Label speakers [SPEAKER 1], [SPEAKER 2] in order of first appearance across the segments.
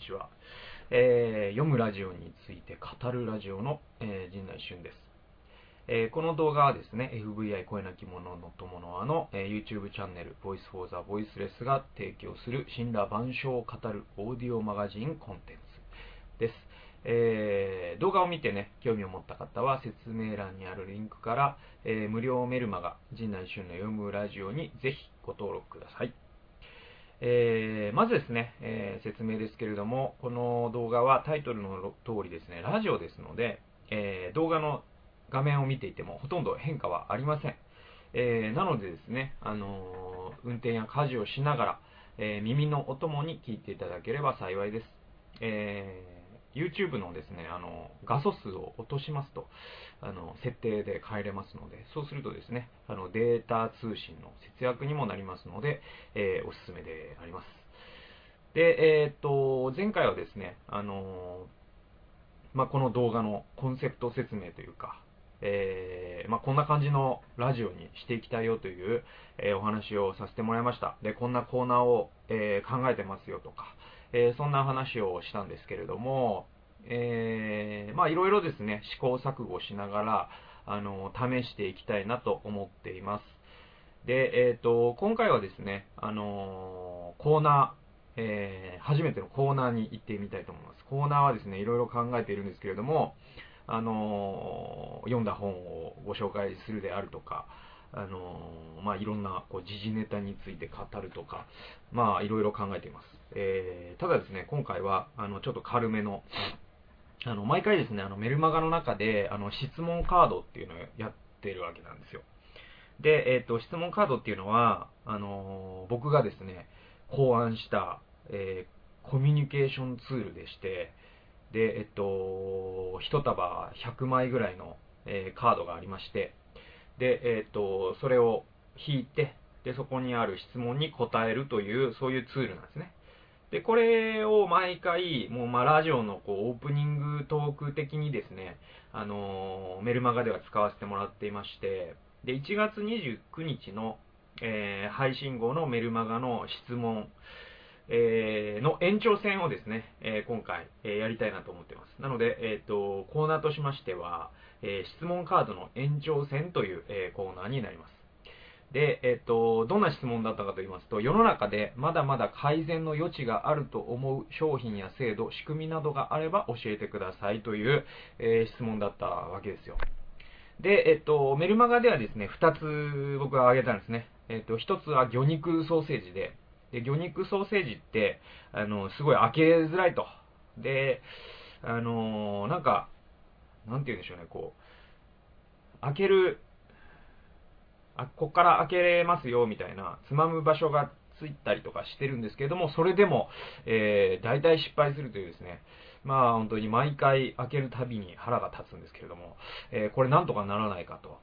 [SPEAKER 1] ちは。読むラジオについて語るラジオの、陣内俊です。この動画はですね、FVI 声なき者の友の輪の、YouTube チャンネル Voice for the Voiceless が提供する神羅万象を語るオーディオマガジンコンテンツです。動画を見てね、興味を持った方は説明欄にあるリンクから、無料メルマガ陣内俊の読むラジオにぜひご登録ください。まずですね、説明ですけれども、この動画はタイトルの通りですね、ラジオですので、動画の画面を見ていてもほとんど変化はありません。なのでですね、運転や家事をしながら、耳のお供に聞いていただければ幸いです。YouTube のですね、画素数を落としますと、設定で変えれますので、そうするとですね、データ通信の節約にもなりますので、おすすめであります。で、前回はですね、この動画のコンセプト説明というか、こんな感じのラジオにしていきたいよという、お話をさせてもらいました。で、こんなコーナーを、考えてますよとか、そんな話をしたんですけれども、いろいろですね、試行錯誤しながら、試していきたいなと思っています。で、今回はですね、コーナー、初めてのコーナーに行ってみたいと思います。コーナーはですね、いろいろ考えているんですけれども、読んだ本をご紹介するであるとか、いろんな時事ネタについて語るとか、いろいろ考えています。ただですね、今回は、ちょっと軽めの、毎回ですね、メルマガの中で、質問カードっていうのをやってるわけなんですよ。で、質問カードっていうのは、僕がですね、考案した、コミュニケーションツールでして、で、一束100枚ぐらいの、カードがありまして、で、それを引いて、で、そこにある質問に答えるという、そういうツールなんですね。で、これを毎回、もうラジオのオープニングトーク的にですね、メルマガでは使わせてもらっていまして、で、1月29日の、配信後のメルマガの質問、の延長戦をですね、今回、やりたいなと思っています。なので、コーナーとしましては、質問カードの延長戦という、コーナーになります。で、どんな質問だったかと言いますと、世の中でまだまだ改善の余地があると思う商品や制度、仕組みなどがあれば教えてくださいという、質問だったわけですよ。で、メルマガではですね、2つ僕は挙げたんですね。1つは魚肉ソーセージで、魚肉ソーセージって、すごい開けづらいと。で、なんか、なんて言うんでしょうね、開ける、こっから開けれますよ、みたいな、つまむ場所がついたりとかしてるんですけれども、それでも、大体失敗するというですね、本当に毎回開けるたびに腹が立つんですけれども、これなんとかならないかと、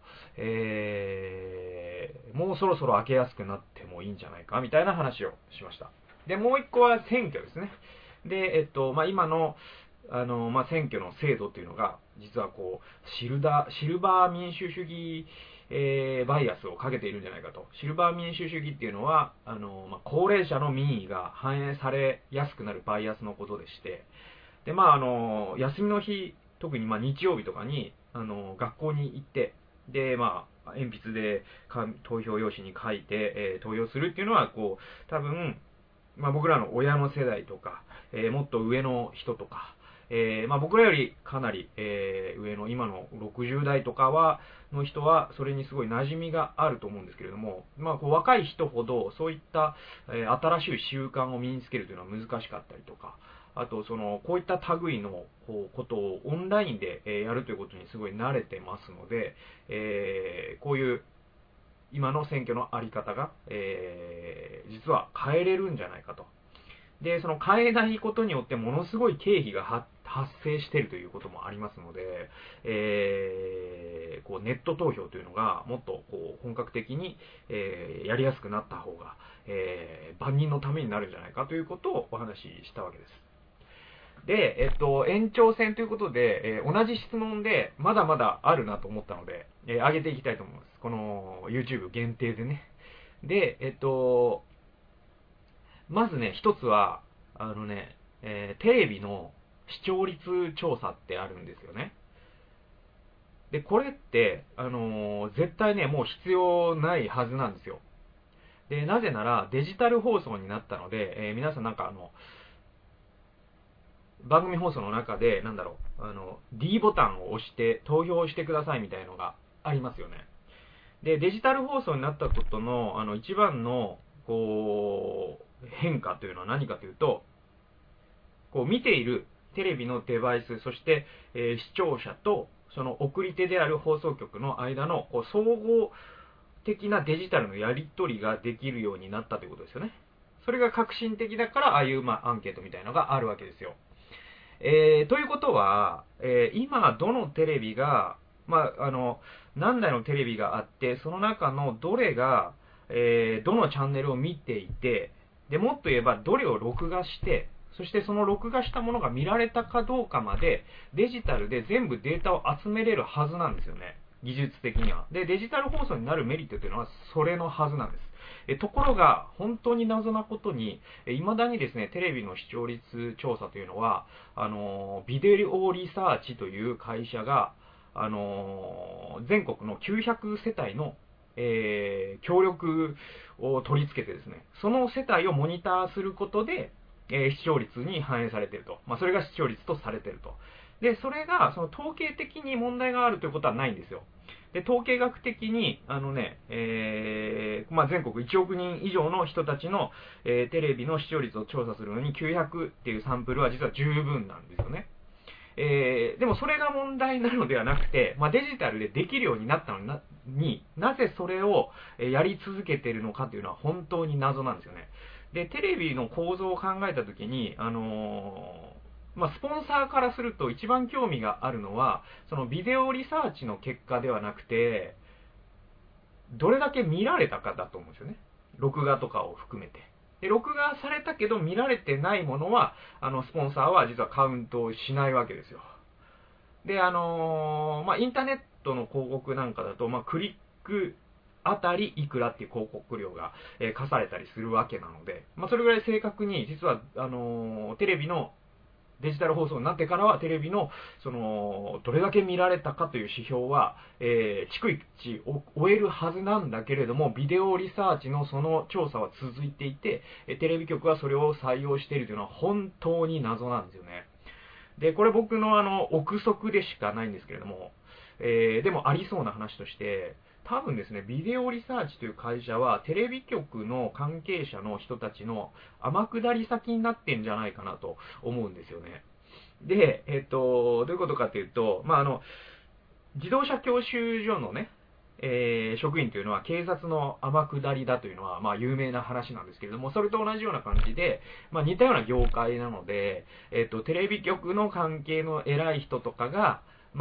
[SPEAKER 1] もうそろそろ開けやすくなってもいいんじゃないか、みたいな話をしました。で、もう一個は選挙ですね。で、今の、選挙の制度というのが、実はシルバー民主主義、バイアスをかけているんじゃないかと。シルバー民主主義っていうのは、高齢者の民意が反映されやすくなるバイアスのことでして、で、休みの日、特に日曜日とかに、学校に行って、で、鉛筆で投票用紙に書いて、投票するっていうのは、多分、僕らの親の世代とか、もっと上の人とか、僕らよりかなり、上の今の60代とかの人は、それにすごい馴染みがあると思うんですけれども、若い人ほど、そういった、新しい習慣を身につけるというのは難しかったりとか、あと、こういった類のことをオンラインで、やるということにすごい慣れてますので、こういう今の選挙のあり方が、実は変えれるんじゃないかと。で、その変えないことによってものすごい経費が発生しているということもありますので、ネット投票というのがもっと本格的に、やりやすくなった方が、万人のためになるんじゃないかということをお話ししたわけです。で、延長戦ということで、同じ質問でまだまだあるなと思ったので、上げていきたいと思います。この YouTube 限定でね。で、まずね、一つは、 テレビの視聴率調査ってあるんですよね。で、これって、絶対ね、もう必要ないはずなんですよ。で、なぜならデジタル放送になったので、皆さんなんか番組放送の中で、なんだろう、D ボタンを押して投票してくださいみたいのがありますよね。で、デジタル放送になったことの、一番の、こう、変化というのは何かというと、こう、見ているテレビのデバイス、そして、視聴者と、その送り手である放送局の間の、こう、総合的なデジタルのやり取りができるようになったということですよね。それが革新的だから、ああいう、アンケートみたいなのがあるわけですよ。ということは、今、どのテレビが、何台のテレビがあって、その中のどれが、どのチャンネルを見ていて、で、もっと言えば、どれを録画して、そしてその録画したものが見られたかどうかまで、デジタルで全部データを集めれるはずなんですよね。技術的には。で、デジタル放送になるメリットというのは、それのはずなんです。ところが、本当に謎なことに、未だにですね、テレビの視聴率調査というのは、ビデオリサーチという会社が、全国の900世帯の、協力を取り付けてですね、その世帯をモニターすることで、視聴率に反映されていると。それが視聴率とされていると。で、それが、その統計的に問題があるということはないんですよ。で、統計学的に、全国1億人以上の人たちの、テレビの視聴率を調査するのに900っていうサンプルは実は十分なんですよね。でもそれが問題なのではなくて、デジタルでできるようになったのに、なぜそれをやり続けているのかというのは本当に謎なんですよね。で、テレビの構造を考えたときに、スポンサーからすると一番興味があるのは、そのビデオリサーチの結果ではなくて、どれだけ見られたかだと思うんですよね。録画とかを含めて。で、録画されたけど見られてないものは、スポンサーは実はカウントをしないわけですよ。で、インターネットの広告なんかだと、クリックあたりいくらっていう広告料が、課されたりするわけなので、それぐらい正確に、実は、テレビのデジタル放送になってからはテレビの、どれだけ見られたかという指標は、逐一終えるはずなんだけれども、ビデオリサーチのその調査は続いていて、テレビ局はそれを採用しているというのは本当に謎なんですよね。で、これ僕の憶測でしかないんですけれども、でもありそうな話として、多分ですね、ビデオリサーチという会社は、テレビ局の関係者の人たちの天下り先になってんじゃないかなと思うんですよね。で、どういうことかというと、自動車教習所のね、職員というのは警察の天下りだというのは、有名な話なんですけれども、それと同じような感じで、似たような業界なので、テレビ局の関係の偉い人とかが、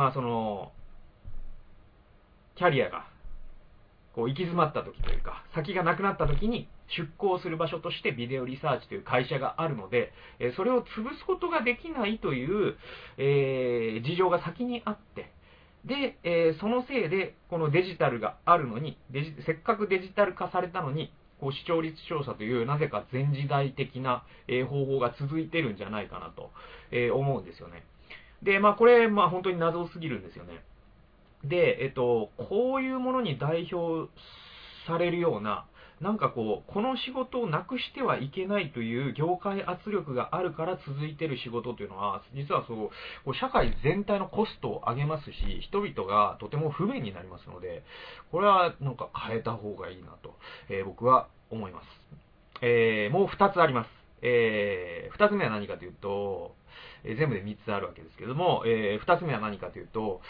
[SPEAKER 1] キャリアがこう行き詰まった時というか、先がなくなった時に出向する場所としてビデオリサーチという会社があるので、それを潰すことができないという、事情が先にあって、で、そのせいで、このデジタルがあるのに、せっかくデジタル化されたのに、こう視聴率調査という、なぜか前時代的な、方法が続いてるんじゃないかなと、思うんですよね。で、これ、本当に謎すぎるんですよね。で、こういうものに代表されるような、なんかこの仕事をなくしてはいけないという業界圧力があるから続いている仕事というのは、実は社会全体のコストを上げますし、人々がとても不便になりますので、これはなんか変えた方がいいなと、僕は思います。もう2つあります。2つ目は何かというと、全部で3つあるわけですけれども、2つ目は何かというと、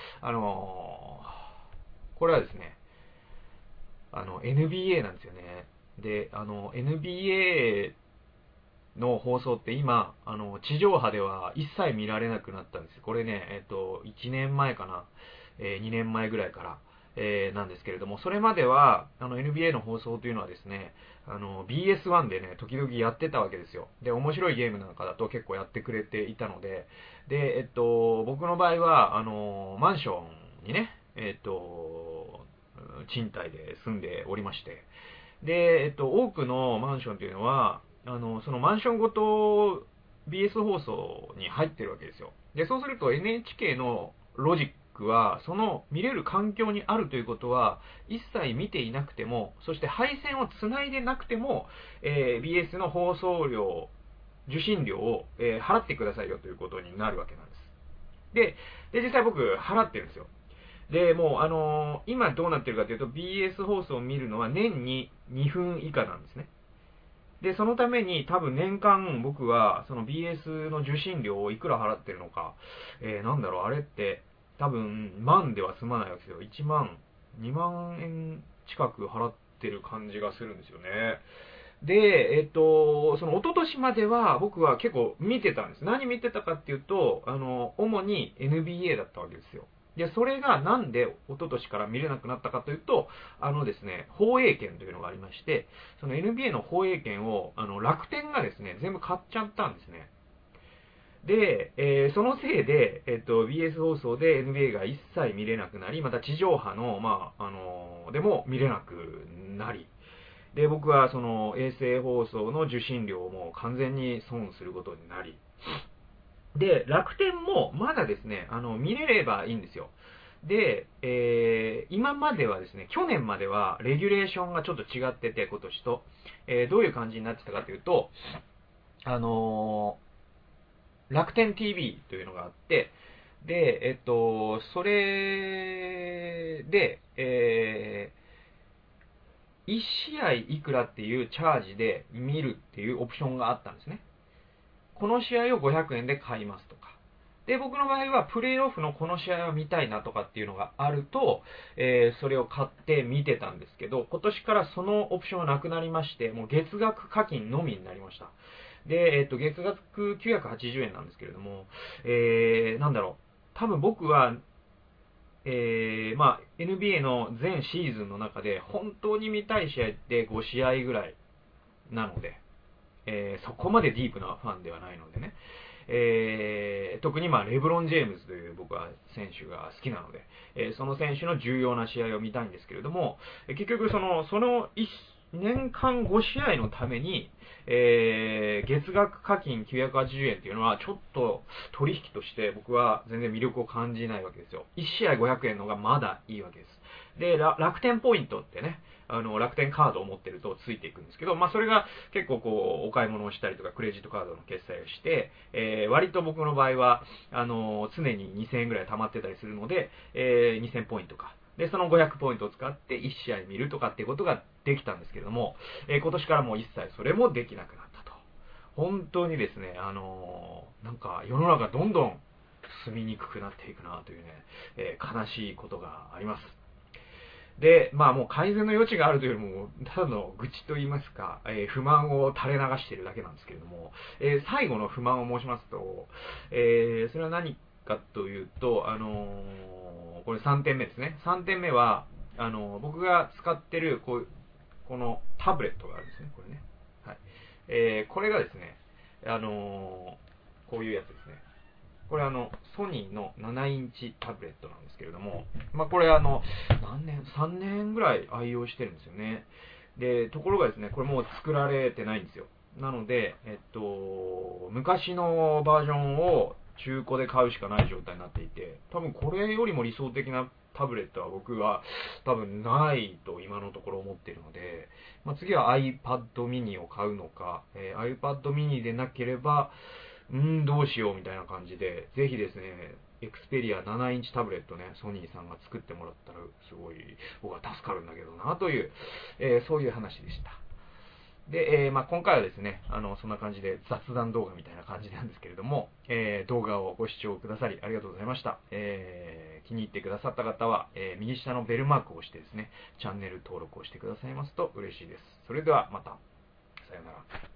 [SPEAKER 1] これはですね、NBA なんですよね。で、NBA の放送って今、地上波では一切見られなくなったんです。これね、1年前かな、2年前ぐらいから、なんですけれども、それまでは、NBA の放送というのはですね、BS1 でね、時々やってたわけですよ。で、面白いゲームなんかだと結構やってくれていたので、で、僕の場合は、マンションにね、賃貸で住んでおりまして、で、多くのマンションというのは、そのマンションごと BS 放送に入ってるわけですよ。で、そうすると NHK のロジックは、その見れる環境にあるということは、一切見ていなくても、そして配線をつないでなくても、BS の放送料、受信料を、払ってくださいよということになるわけなんです。で、実際僕払ってるんですよ。で、もう、今どうなってるかというと、BS 放送を見るのは年に2分以下なんですね。で、そのために多分年間僕はその BS の受信料をいくら払ってるのか、なんだろう、あれって多分万では済まないわけですよ。1万、2万円近く払ってる感じがするんですよね。で、その一昨年までは僕は結構見てたんです。何見てたかっていうと、主に NBA だったわけですよ。で、それがなんで一昨年から見れなくなったかというと、ですね、放映権というのがありまして、その NBA の放映権を、楽天がですね、全部買っちゃったんですね。で、そのせいで、BS 放送で NBA が一切見れなくなり、また地上波の、でも見れなくなり、で、僕はその衛星放送の受信料をもう完全に損することになり、で、楽天もまだですね、見れればいいんですよ。で、今まではですね、去年まではレギュレーションがちょっと違ってて、今年と、どういう感じになってたかというと、楽天 TV というのがあって、で、それで、1試合いくらっていうチャージで見るっていうオプションがあったんですね。この試合を500円で買いますとか。で、僕の場合は、プレイオフのこの試合を見たいなとかっていうのがあると、それを買って見てたんですけど、今年からそのオプションはなくなりまして、もう月額課金のみになりました。で、月額980円なんですけれども、なんだろう。多分僕は、NBA の全シーズンの中で、本当に見たい試合って5試合ぐらいなので、そこまでディープなファンではないのでね。特にレブロン・ジェームズという僕は選手が好きなので、その選手の重要な試合を見たいんですけれども、結局その年間5試合のために、月額課金980円っていうのはちょっと取引として僕は全然魅力を感じないわけですよ。1試合500円のがまだいいわけです。で、楽天ポイントってね、楽天カードを持ってるとついていくんですけど、それが結構お買い物をしたりとか、クレジットカードの決済をして、割と僕の場合は、常に2000円ぐらい貯まってたりするので、2000ポイントか。で、その500ポイントを使って1試合見るとかっていうことができたんですけれども、今年からもう一切それもできなくなったと。本当にですね、なんか世の中どんどん住みにくくなっていくなというね、悲しいことがあります。で、もう改善の余地があるというよりも、ただの愚痴と言いますか、不満を垂れ流しているだけなんですけれども、最後の不満を申しますと、それは何かというと、これ3点目ですね。3点目は、僕が使ってる、このタブレットがあるんですね、これね。はい。これがですね、こういうやつですね。これソニーの7インチタブレットなんですけれども、これ何年 ?3 年ぐらい愛用してるんですよね。で、ところがですね、これもう作られてないんですよ。なので、昔のバージョンを中古で買うしかない状態になっていて、多分これよりも理想的なタブレットは僕は多分ないと今のところ思っているので、次は iPad mini を買うのか、iPad mini でなければ、どうしようみたいな感じで、ぜひですね、Xperia 7インチタブレットね、ソニーさんが作ってもらったら、すごい、僕は助かるんだけどな、という、そういう話でした。で、今回はですね、そんな感じで雑談動画みたいな感じなんですけれども、動画をご視聴くださりありがとうございました。気に入ってくださった方は、右下のベルマークを押してですね、チャンネル登録をしてくださいますと嬉しいです。それではまた。さようなら。